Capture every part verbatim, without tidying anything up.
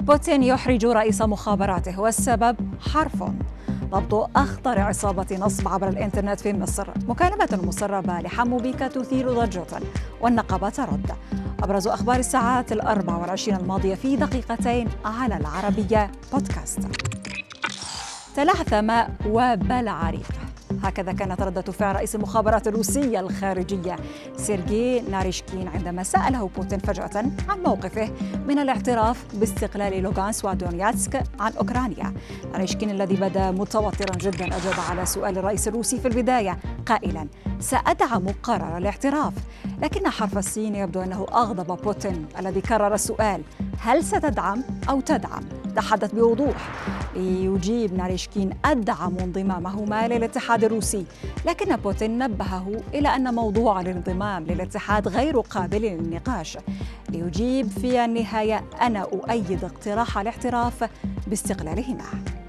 بوتين يحرج رئيس مخابراته والسبب حرف. ضبط أخطر عصابة نصب عبر الإنترنت في مصر. مكالمة مسربة لحمو بيكا تثير ضجة والنقابة ترد. أبرز أخبار الساعات الأربع والعشرين الماضية في دقيقتين على العربية بودكاست. تلعثم وبلع ريقه، هكذا كانت ردة فعل رئيس المخابرات الروسية الخارجية سيرجي ناريشكين عندما سأله بوتين فجأة عن موقفه من الاعتراف باستقلال لوغانسك ودونياتسك عن أوكرانيا. ناريشكين الذي بدا متوترا جدا أجاب على سؤال الرئيس الروسي في البداية قائلا: سأدعم قرار الاعتراف. لكن حرف السين يبدو أنه أغضب بوتين الذي كرر السؤال: هل ستدعم أو تدعم؟ تحدث بوضوح. ليجيب ناريشكين: أدعم انضمامهما للاتحاد الروسي. لكن بوتين نبهه إلى أن موضوع الانضمام للاتحاد غير قابل للنقاش. ليجيب في النهاية: أنا أؤيد اقتراح الاعتراف باستقلالهما.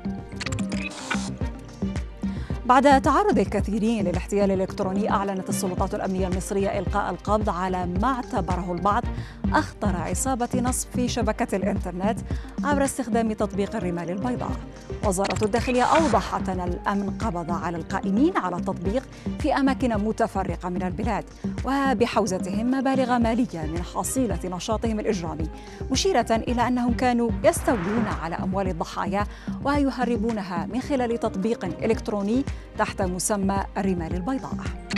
بعد تعرض الكثيرين للاحتيال الإلكتروني، أعلنت السلطات الأمنية المصرية إلقاء القبض على ما اعتبره البعض أخطر عصابة نصب في شبكة الإنترنت عبر استخدام تطبيق الرمال البيضاء. وزارة الداخلية أوضحت أن الأمن قبض على القائمين على التطبيق في أماكن متفرقة من البلاد، وبحوزتهم مبالغ مالية من حصيلة نشاطهم الإجرامي، مشيرة إلى أنهم كانوا يستولون على أموال الضحايا ويهربونها من خلال تطبيق إلكتروني تحت مسمى الرمال البيضاء.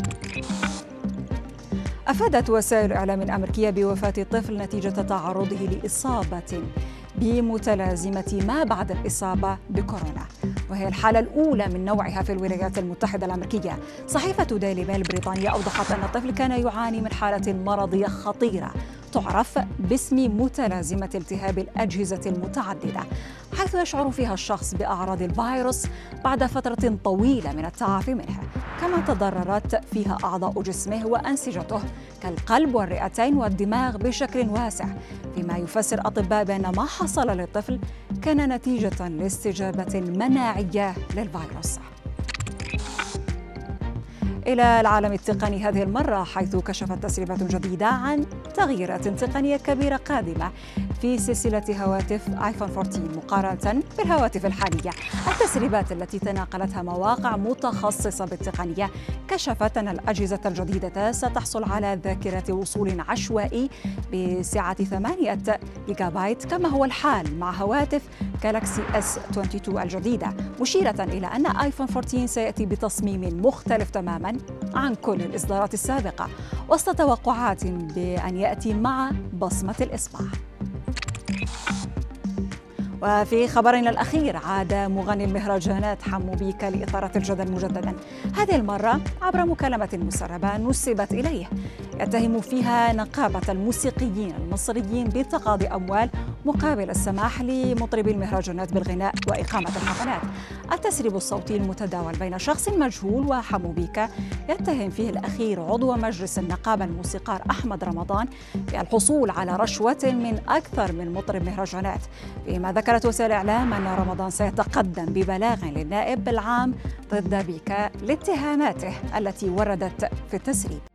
أفادت وسائل الإعلام الأمريكية بوفاة طفل نتيجة تعرضه لإصابة بمتلازمة ما بعد الإصابة بكورونا، وهي الحالة الأولى من نوعها في الولايات المتحدة الأمريكية. صحيفة ديلي ميل البريطانية أوضحت أن الطفل كان يعاني من حالة مرضية خطيرة تعرف باسم متلازمة التهاب الأجهزة المتعددة، حيث يشعر فيها الشخص بأعراض الفيروس بعد فترة طويلة من التعافي منه. كما تضررت فيها أعضاء جسمه وأنسجته كالقلب والرئتين والدماغ بشكل واسع، فيما يفسر أطباء بأن ما حصل للطفل كان نتيجة لاستجابة مناعية للفيروس. إلى العالم التقني هذه المرة، حيث كشفت تسريبات جديدة عن تغييرات تقنية كبيرة قادمة في سلسلة هواتف آيفون أربعة عشر مقارنة بالهواتف الحالية. التسريبات التي تناقلتها مواقع متخصصة بالتقنية كشفت أن الأجهزة الجديدة ستحصل على ذاكرة وصول عشوائي بسعة ثمانية جيجا بايت، كما هو الحال مع هواتف جالاكسي اس اثنين وعشرين الجديدة، مشيرة إلى أن آيفون أربعة عشر سيأتي بتصميم مختلف تماماً عن كل الإصدارات السابقة، وسط توقعات بأن يأتي مع بصمة الإصبع. وفي خبرنا الأخير، عاد مغني المهرجانات حمو بيكا لإثارة الجدل مجددا، هذه المرة عبر مكالمة مسربة نسبت إليه يتهم فيها نقابة الموسيقيين المصريين بتقاضي أموال مقابل السماح لمطربي المهرجانات بالغناء وإقامة الحفلات. التسريب الصوتي المتداول بين شخص مجهول وحمو بيكا يتهم فيه الأخير عضو مجلس النقابة الموسيقار أحمد رمضان بالحصول على رشوة من أكثر من مطرب مهرجانات، فيما ذكرت وسائل الإعلام أن رمضان سيتقدم ببلاغ للنائب العام ضد بيكا لاتهاماته التي وردت في التسريب.